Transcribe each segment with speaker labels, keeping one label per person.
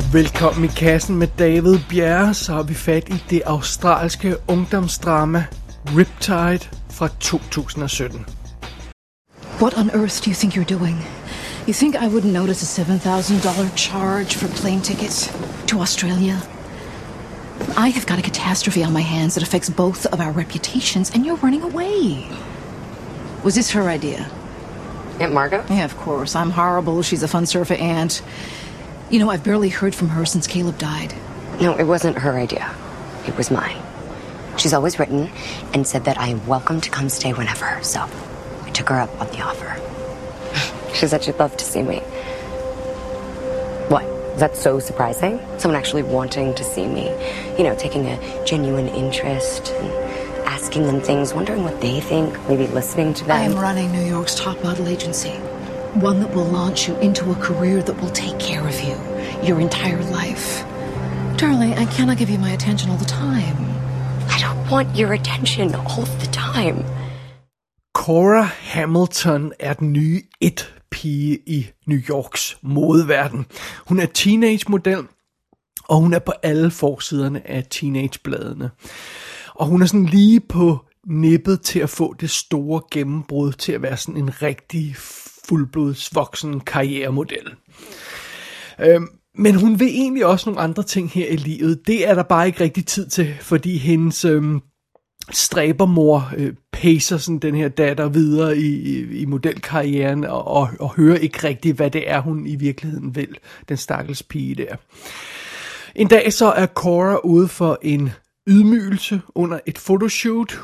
Speaker 1: Velkommen i kassen med David Bjerre, så har vi fat i det australske ungdomsdrama Riptide fra 2017.
Speaker 2: What on earth do you think you're doing? You think I wouldn't notice a $7,000 charge for plane tickets to Australia? I have got a catastrophe on my hands that affects both of our reputations, and you're running away. Was this her idea?
Speaker 3: Aunt Margot?
Speaker 2: Yeah, of course. I'm horrible. She's a fun surfer aunt. You know, I've barely heard from her since Caleb died.
Speaker 3: No, it wasn't her idea. It was mine. She's always written and said that I am welcome to come stay whenever, so I took her up on the offer. She said she'd love to see me. What? Is that so surprising? Someone actually wanting to see me. You know, taking a genuine interest and asking them things, wondering what they think, maybe listening to them.
Speaker 2: I am running New York's top model agency. One that will launch you into a career that will take care of you your entire life. Darling, I cannot give you my attention all the time.
Speaker 3: I don't want your attention all the time.
Speaker 1: Cora Hamilton er den nye it-pige i New Yorks modeverden. Hun er teenage-model, og hun er på alle forsiderne af teenage-bladene. Og hun er sådan lige på nippet til at få det store gennembrud til at være sådan en rigtig fuldblodsvoksen karrieremodel. Men hun vil egentlig også nogle andre ting her i livet. Det er der bare ikke rigtig tid til, fordi hendes stræbermor pacer sådan den her datter videre i modelkarrieren og hører ikke rigtigt, hvad det er, hun i virkeligheden vil, den stakkels pige der. En dag så er Cora ude for en ydmygelse under et fotoshoot.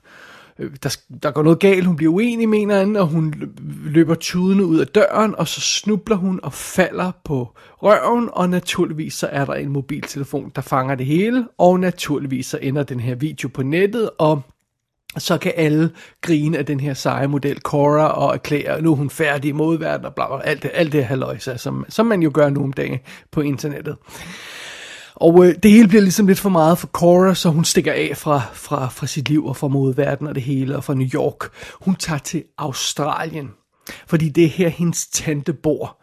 Speaker 1: Der går noget galt, hun bliver uenig med en eller anden, og hun løber tudende ud af døren, og så snubler hun og falder på røven, og naturligvis så er der en mobiltelefon, der fanger det hele, og naturligvis så ender den her video på nettet, og så kan alle grine af den her seje model Cora og erklære, nu er hun færdig i modeverdenen, og bla bla, alt det halløjse, som man jo gør nu om dagen på internettet. Og det hele bliver ligesom lidt for meget for Cora, så hun stikker af fra sit liv og fra modeverdenen og det hele, og fra New York. Hun tager til Australien, fordi det er her hendes tante bor.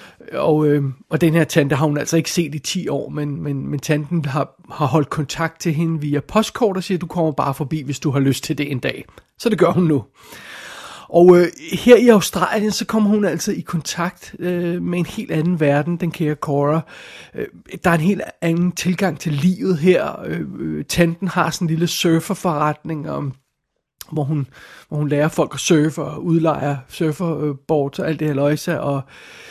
Speaker 1: Og den her tante har hun altså ikke set i 10 år, men tanten har holdt kontakt til hende via postkort og siger, du kommer bare forbi, hvis du har lyst til det en dag. Så det gør hun nu. Og her i Australien, så kommer hun altså i kontakt med en helt anden verden, den kære Cora. Der er en helt anden tilgang til livet her. Tanten har sådan en lille surferforretning, hvor hun lærer folk at surfe og udlejer surferboards og alt det her løjse. Og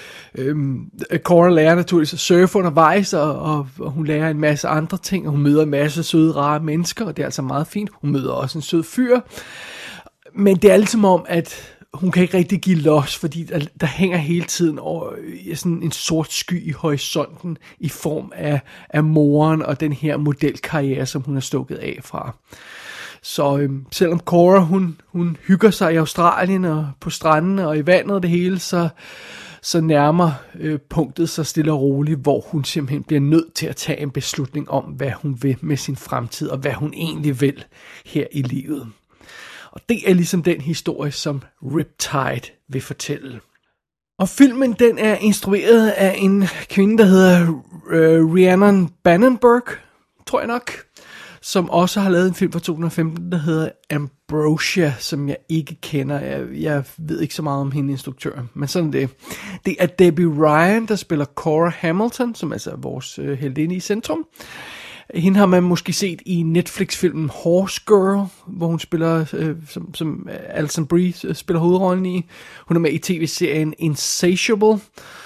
Speaker 1: Cora lærer naturligvis at surfe undervejs, og hun lærer en masse andre ting, og hun møder en masse søde, rare mennesker, og det er altså meget fint. Hun møder også en sød fyr. Men det er ligesom om, at hun kan ikke rigtig give los, fordi der hænger hele tiden over sådan en sort sky i horisonten i form af moren og den her modelkarriere, som hun er stukket af fra. Så selvom Cora, hun hygger sig i Australien og på strandene og i vandet og det hele, så nærmer punktet sig stille og roligt, hvor hun simpelthen bliver nødt til at tage en beslutning om, hvad hun vil med sin fremtid og hvad hun egentlig vil her i livet. Og det er ligesom den historie, som Riptide vil fortælle. Og filmen, den er instrueret af en kvinde, der hedder Rhiannon Bandenberg, tror jeg nok, som også har lavet en film fra 2015, der hedder Ambrosia, som jeg ikke kender. Jeg ved ikke så meget om hende instruktør, men sådan det. Det er Debbie Ryan, der spiller Cora Hamilton, som altså er vores heldinde i centrum. Hende har man måske set i Netflix-filmen Horse Girl, hvor hun spiller, som Alison Brie spiller hovedrollen i. Hun er med i tv-serien Insatiable,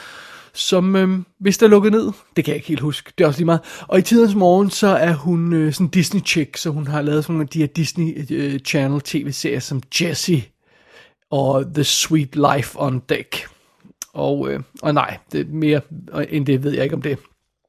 Speaker 1: som hvis der er lukket ned, det kan jeg ikke helt huske, det er også lige meget. Og i tidens morgen, så er hun sådan Disney-chick, så hun har lavet sådan nogle af de her Disney Channel tv-serier som Jessie og The Sweet Life on Deck. Og nej, det er mere end det ved jeg ikke om det.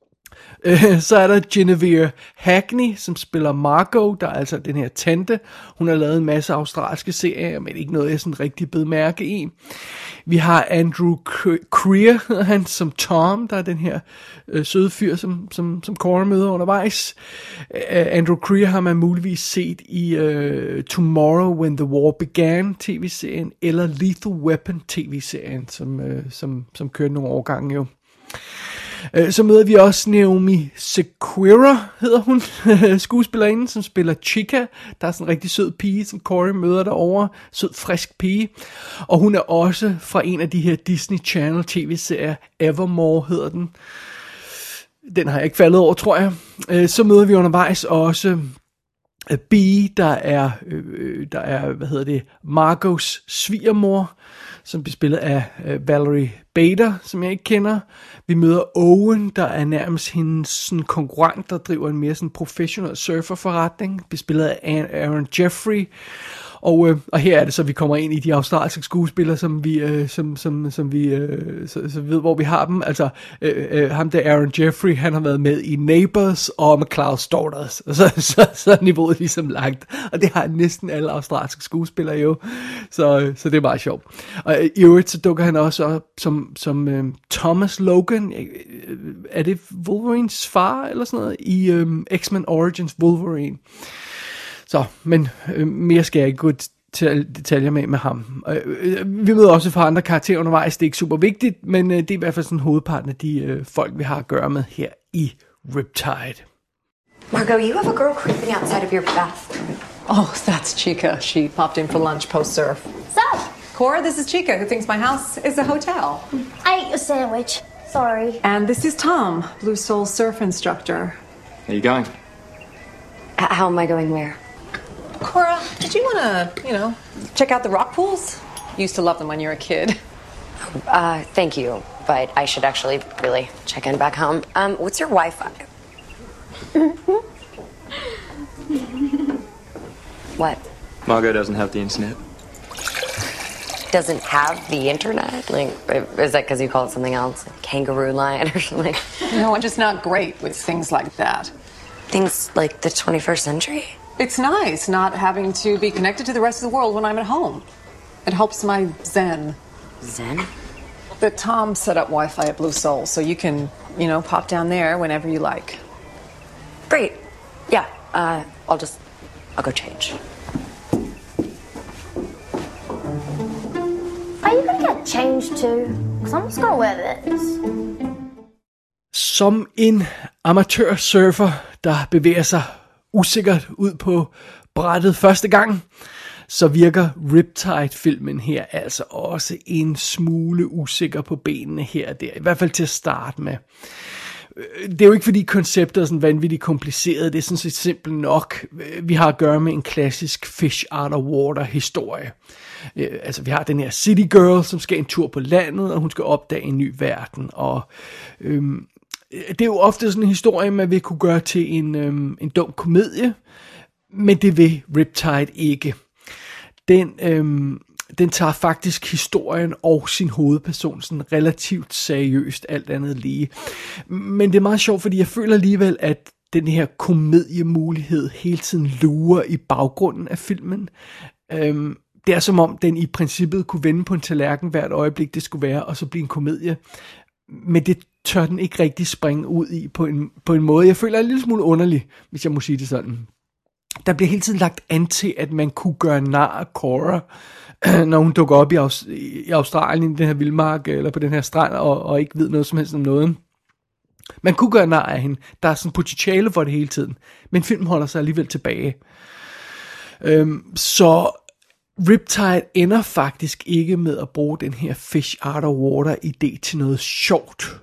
Speaker 1: Så er der Genevieve Hackney, som spiller Margot, der er altså den her tante. Hun har lavet en masse australske serier, men ikke noget, jeg sådan rigtig bed mærke i. Vi har Andrew Creer, han som Tom, der er den her søde fyr, som Cora møder undervejs. Andrew Creer har man muligvis set i Tomorrow When the War Began tv-serien, eller Lethal Weapon tv-serien, som kørte nogle årgange jo. Så møder vi også Naomi Sequeira, hedder hun, skuespillerinde, som spiller Chica. Der er sådan en rigtig sød pige, som Corey møder derovre. Sød, frisk pige. Og hun er også fra en af de her Disney Channel tv-serier. Evermore hedder den. Den har jeg ikke faldet over, tror jeg. Så møder vi undervejs også Bee, der er Margos svigermor, som bliver spillet af Valerie Bader, som jeg ikke kender. Vi møder Owen, der er nærmest hendes sådan, konkurrent, der driver en mere sådan, professionel surferforretning, bliver spillet af Aaron Jeffrey. Og her er det så, vi kommer ind i de australske skuespillere, som vi ved, hvor vi har dem. Altså, ham der Aaron Jeffrey, han har været med i Neighbours og McCloud's Daughters. Og så er niveauet ligesom lagt. Og det har næsten alle australske skuespillere jo. Så det er meget sjovt. Og i øvrigt, så dukker han også op som Thomas Logan. Er det Wolverines far eller sådan noget? I X-Men Origins Wolverine. Så, men mere skal jeg ikke gå til detaljer med ham. Vi møder også fra andre karakterer undervejs, det er ikke super vigtigt, men det er i hvert fald sådan hovedparten af de folk, vi har at gøre med her i Riptide.
Speaker 3: Margot, you have a girl creeping outside of your bathroom.
Speaker 4: Oh, that's Chica. She popped in for lunch post-surf.
Speaker 5: So?
Speaker 4: Cora, this is Chica, who thinks my house is a hotel.
Speaker 5: I ate your sandwich. Sorry.
Speaker 4: And this is Tom, Blue Soul surf instructor.
Speaker 6: Are you going?
Speaker 3: How am I going where?
Speaker 4: Cora, did you want to, check out the rock pools? You used to love them when you were a kid.
Speaker 3: Thank you, but I should actually really check in back home. What's your Wi-Fi? What?
Speaker 6: Margot doesn't have the internet.
Speaker 3: Doesn't have the internet? Like, is that because you call it something else? Like kangaroo line or something?
Speaker 4: No, I'm just not great with things like that.
Speaker 3: Things like the 21st century?
Speaker 4: It's nice not having to be connected to the rest of the world when I'm at home. It helps my zen.
Speaker 3: Zen?
Speaker 4: But Tom set up Wi-Fi at Blue Soul, so you can, pop down there whenever you like.
Speaker 3: Great. Yeah, I'll go change.
Speaker 5: Are you gonna get changed too? Because I'm just gonna wear this.
Speaker 1: Som en amatørsurfer, der bevæger sig usikkert ud på brættet første gang, så virker Riptide-filmen her altså også en smule usikker på benene her og der. I hvert fald til at starte med. Det er jo ikke fordi konceptet er sådan vanvittigt kompliceret, det er sådan set simpelt nok. Vi har at gøre med en klassisk fish out of water historie. Altså vi har den her city girl, som skal en tur på landet, og hun skal opdage en ny verden. Og det er jo ofte sådan en historie, man vil kunne gøre til en dum komedie, men det vil Riptide ikke. Den tager faktisk historien og sin hovedperson sådan relativt seriøst, alt andet lige. Men det er meget sjovt, fordi jeg føler alligevel, at den her komediemulighed hele tiden lurer i baggrunden af filmen. Det er som om, den i princippet kunne vende på en tallerken hvert øjeblik, det skulle være, og så blive en komedie. Men det tør den ikke rigtig springe ud i på en måde. Jeg føler en lille smule underlig, hvis jeg må sige det sådan. Der bliver hele tiden lagt an til, at man kunne gøre nar af Cora, når hun dukker op i Australien, i den her vildmark, eller på den her strand, og ikke ved noget som helst om noget. Man kunne gøre nar af hende. Der er sådan potentiale for det hele tiden. Men filmen holder sig alligevel tilbage. Så Riptide ender faktisk ikke med at bruge den her fish out of water idé til noget sjovt.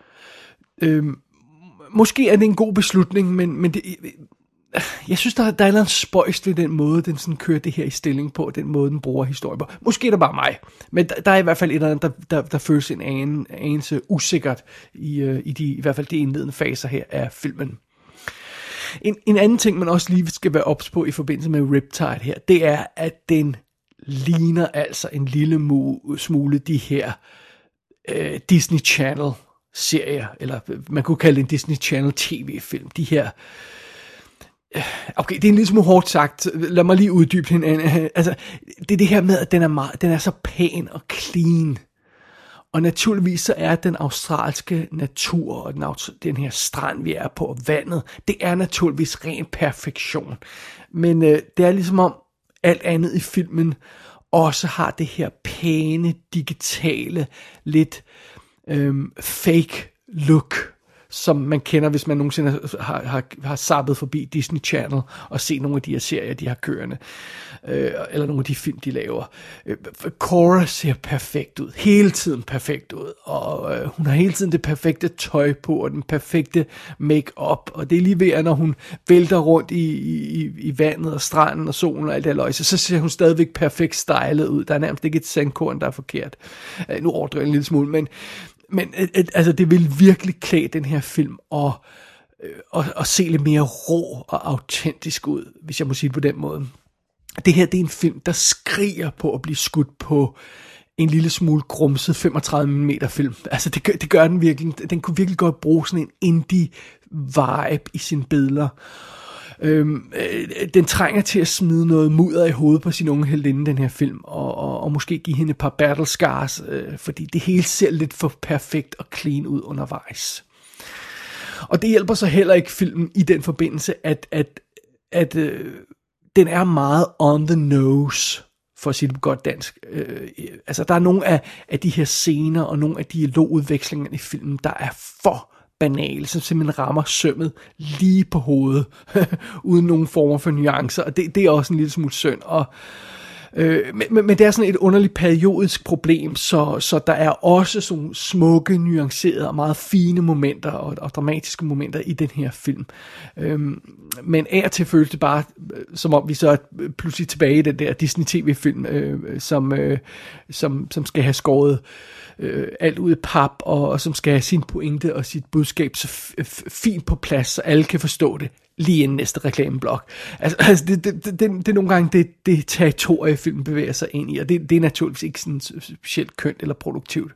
Speaker 1: Måske er det en god beslutning, men det, jeg synes, der er noget spøjst ved den måde, den sådan kører det her i stilling på, den måde, den bruger historie på. Måske er det bare mig, men der er i hvert fald et eller andet, der føles en anelse usikkert i hvert fald de indledende faser her af filmen. En anden ting, man også lige skal være ops på i forbindelse med Riptide her, det er, at den ligner altså en lille smule de her Disney Channel serier, eller man kunne kalde det en Disney Channel tv-film. De her, okay, det er en lille smule hårdt sagt, lad mig lige uddybe hende. Altså, det er det her med, at den er så pæn og clean. Og naturligvis så er den australske natur og den her strand, vi er på, og vandet, det er naturligvis ren perfektion. Men det er ligesom om alt andet i filmen også har det her pæne, digitale, lidt fake look som man kender, hvis man nogensinde har zappet forbi Disney Channel og set nogle af de her serier, de har kørende, eller nogle af de film, de laver. Cora ser perfekt ud, hele tiden perfekt ud, og hun har hele tiden det perfekte tøj på, og den perfekte make-up, og det er lige ved, at når hun vælter rundt i vandet og stranden og solen og alt det løjse, så ser hun stadigvæk perfekt stylet ud. Der er nærmest ikke et sandkorn, der er forkert. Nu overdriver jeg en lille smule, men altså, det vil virkelig klæde den her film og se lidt mere rå og autentisk ud, hvis jeg må sige det på den måde. Det her, det er en film, der skriger på at blive skudt på en lille smule grumset 35 mm film. Altså, det gør den virkelig. Den kunne virkelig godt bruge sådan en indie-vibe i sine billeder. Den trænger til at smide noget mudder i hovedet på sin unge heldinde, den her film, og måske give hende et par battle scars, fordi det hele ser lidt for perfekt og clean ud undervejs. Og det hjælper så heller ikke filmen i den forbindelse, at den er meget on the nose, for at sige det på godt dansk. Altså, der er nogle af de her scener og nogle af dialogudvekslinger i filmen, der er for banale, som simpelthen rammer sømmet lige på hovedet, uden nogen former for nuancer, og det er også en lille smule synd, men det er sådan et underligt periodisk problem, så der er også sådan smukke, nuancerede og meget fine momenter og dramatiske momenter i den her film. Men af og til føles det bare, som om vi så er pludselig tilbage i den der Disney TV-film, som skal have skåret alt ud i pap, og som skal have sin pointe og sit budskab så fint på plads, så alle kan forstå det lige inden næste reklameblok. Altså det er nogle gange det territorie, filmen bevæger sig ind i, og det er naturligvis ikke sådan specielt kønt eller produktivt.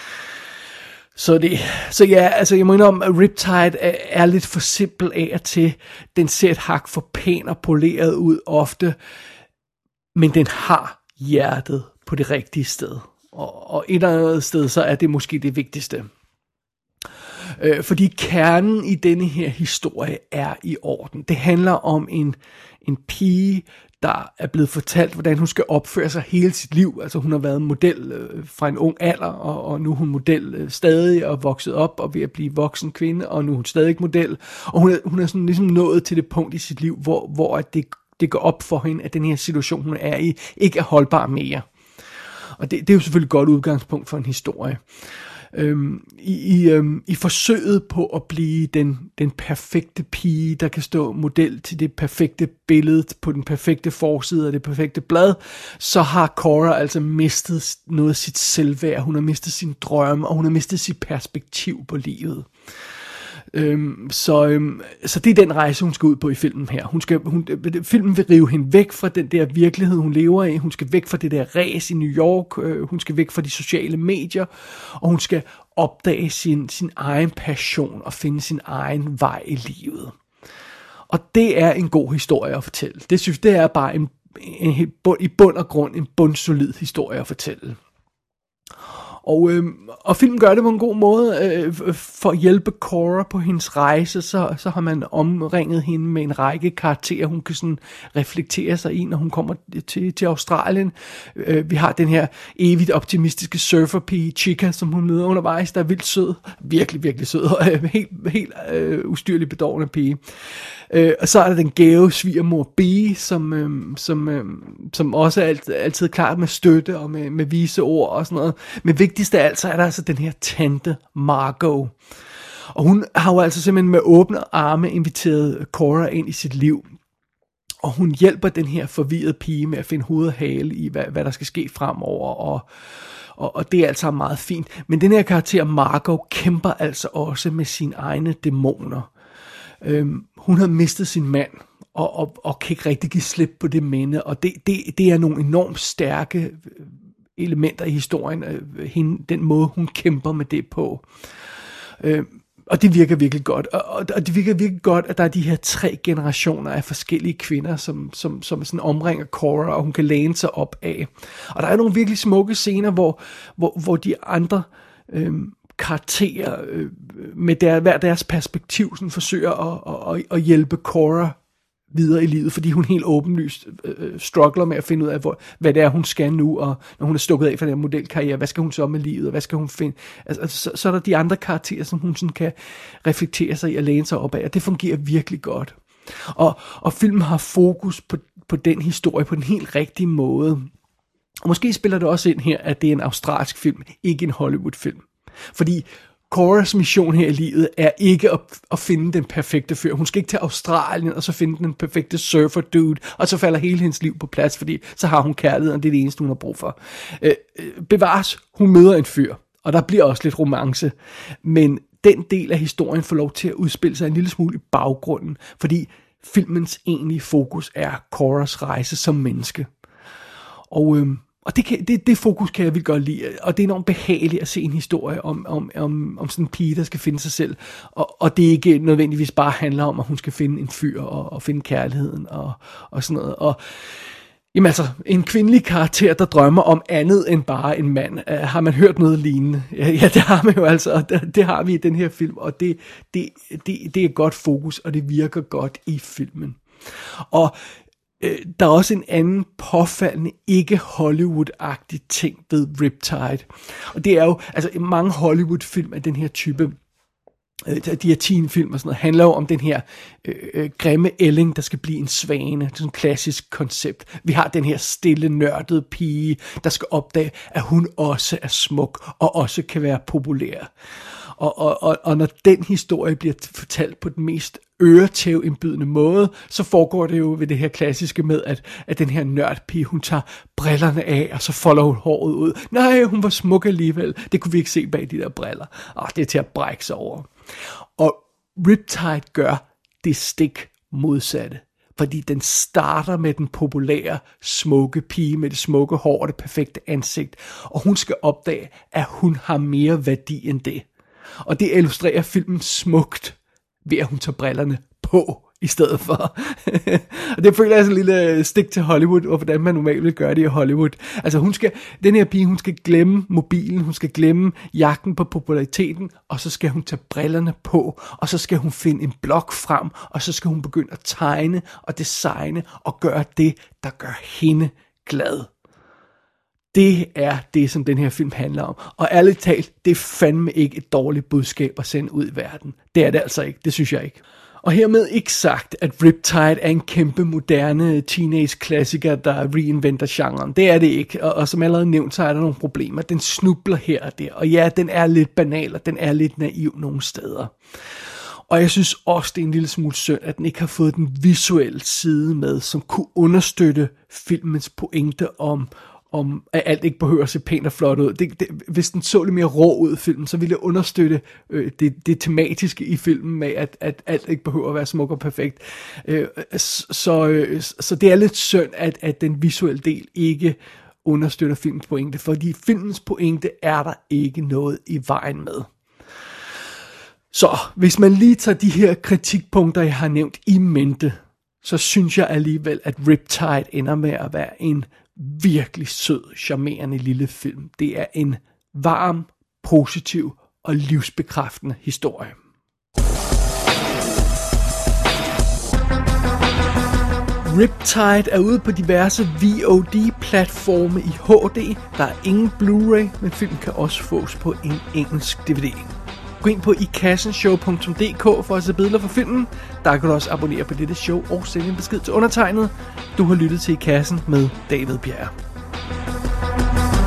Speaker 1: Så ja, altså jeg må indrømme, at Riptide er lidt for simpel af og til. Den ser et hak for pæn og poleret ud ofte, men den har hjertet på det rigtige sted. Og et eller andet sted, så er det måske det vigtigste. Fordi kernen i denne her historie er i orden. Det handler om en pige, der er blevet fortalt, hvordan hun skal opføre sig hele sit liv. Altså hun har været model fra en ung alder, og nu er hun model stadig og vokset op og ved at blive voksen kvinde, og nu er hun stadig model. Og hun er sådan ligesom nået til det punkt i sit liv, hvor det går op for hende, at den her situation, hun er i, ikke er holdbar mere. Og det er jo selvfølgelig et godt udgangspunkt for en historie. I forsøget på at blive den perfekte pige, der kan stå model til det perfekte billede på den perfekte forside af det perfekte blad, så har Cora altså mistet noget af sit selvværd, hun har mistet sin drømme, og hun har mistet sit perspektiv på livet. Så det er den rejse, hun skal ud på i filmen her. Filmen vil rive hende væk fra den der virkelighed, hun lever i. Hun skal væk fra det der ræs i New York. Hun skal væk fra de sociale medier. Og hun skal opdage sin egen passion og finde sin egen vej i livet. Og det er en god historie at fortælle. Det synes det er bare i bund og grund en bundsolid historie at fortælle. Og filmen gør det på en god måde. For at hjælpe Cora på hendes rejse, så har man omringet hende med en række karakterer, hun kan sådan reflektere sig i, når hun kommer til Australien. Vi har den her evigt optimistiske surferpige Chica, som hun møder undervejs, der er vildt sød. Virkelig, virkelig sød. Og helt ustyrligt bedårende pige. Og så er der den gave svigermor Bee, som også er altid klart med støtte og med vise ord og sådan noget. Men vigtigst af alt, så er der altså den her tante Margot. Og hun har jo altså simpelthen med åbne arme inviteret Cora ind i sit liv. Og hun hjælper den her forvirrede pige med at finde hoved og hale i, hvad der skal ske fremover. Og det er altså meget fint. Men den her karakter Margot kæmper altså også med sine egne dæmoner. Hun har mistet sin mand, og kan ikke rigtig give slip på det minde, og det er nogle enormt stærke elementer i historien, den måde hun kæmper med det på. Og det virker virkelig godt, og det virker virkelig godt, at der er de her 3 generationer af forskellige kvinder, som sådan omringer Cora, og hun kan læne sig op af. Og der er nogle virkelig smukke scener, hvor de andre karakterer med hver deres perspektiv sådan forsøger at hjælpe Cora videre i livet, fordi hun helt åbenlyst struggler med at finde ud af, hvad det er, hun skal nu, og når hun er stukket af fra den modelkarriere, hvad skal hun så med livet, og hvad skal hun finde? Altså, så er der de andre karakterer, som hun sådan kan reflektere sig i og læne sig op af, og det fungerer virkelig godt. Og filmen har fokus på den historie på den helt rigtige måde. Og måske spiller det også ind her, at det er en australsk film, ikke en Hollywood-film. Fordi Coras mission her i livet er ikke at finde den perfekte fyr. Hun skal ikke til Australien og så finde den perfekte surfer dude, og så falder hele hendes liv på plads, fordi så har hun kærlighed, og det er det eneste, hun har brug for. Bevares, hun møder en fyr, og der bliver også lidt romance, men den del af historien får lov til at udspille sig en lille smule i baggrunden, fordi filmens egentlige fokus er Coras rejse som menneske. Og det fokus kan jeg virkelig godt lide, og det er enormt behageligt at se en historie om sådan en pige, der skal finde sig selv, og det ikke nødvendigvis bare handler om, at hun skal finde en fyr og finde kærligheden og sådan noget. Og jamen altså, en kvindelig karakter, der drømmer om andet end bare en mand. Har man hørt noget lignende? Ja, det har man jo altså, og det har vi i den her film, og det er et godt fokus, og det virker godt i filmen. Og der er også en anden påfaldende, ikke Hollywood-agtig ting ved Riptide. Og det er jo, altså mange Hollywood-film af den her type, de her teenfilm og sådan noget, handler jo om den her grimme ælling, der skal blive en svane. Det er sådan et klassisk koncept. Vi har den her stille, nørdede pige, der skal opdage, at hun også er smuk, og også kan være populær. Og når den historie bliver fortalt på den mest øretævindbydende måde, så foregår det jo ved det her klassiske med, at den her nørdpige, hun tager brillerne af, og så folder hun håret ud. Nej, hun var smuk alligevel. Det kunne vi ikke se bag de der briller. Det er til at brække sig over. Og Riptide gør det stik modsatte. Fordi den starter med den populære, smukke pige med det smukke hår og det perfekte ansigt. Og hun skal opdage, at hun har mere værdi end det. Og det illustrerer filmen smukt, ved at hun tager brillerne på i stedet for. Og det føler jeg sådan en lille stik til Hollywood, og hvordan man normalt vil gøre det i Hollywood. Altså den her pige, hun skal glemme mobilen, hun skal glemme jagten på populariteten, og så skal hun tage brillerne på, og så skal hun finde en blok frem, og så skal hun begynde at tegne og designe og gøre det, der gør hende glad. Det er det, som den her film handler om. Og ærligt talt, det er fandme ikke et dårligt budskab at sende ud i verden. Det er det altså ikke. Det synes jeg ikke. Og hermed ikke sagt, at Riptide er en kæmpe moderne teenage-klassiker, der reinventer genren. Det er det ikke. Og som allerede nævnt, så er der nogle problemer. Den snubler her og der. Og ja, den er lidt banal, og den er lidt naiv nogle steder. Og jeg synes også, det er en lille smule synd, at den ikke har fået den visuelle side med, som kunne understøtte filmens pointe om at alt ikke behøver at se pænt og flot ud. Hvis den så lidt mere rå ud i filmen, så ville det understøtte det tematiske i filmen med, at alt ikke behøver at være smuk og perfekt. Så det er lidt synd, at den visuelle del ikke understøtter filmens pointe, fordi filmens pointe er der ikke noget i vejen med. Så hvis man lige tager de her kritikpunkter, jeg har nævnt i mente, så synes jeg alligevel, at Riptide ender med at være en virkelig sød, charmerende lille film. Det er en varm, positiv og livsbekræftende historie. Riptide er ude på diverse VOD-platforme i HD. Der er ingen Blu-ray, men filmen kan også fås på en engelsk DVD. Gå ind på ikassenshow.dk for at se billeder fra filmen. Der kan du også abonnere på dette show og sende en besked til undertegnet. Du har lyttet til I Kassen med David Bjerre.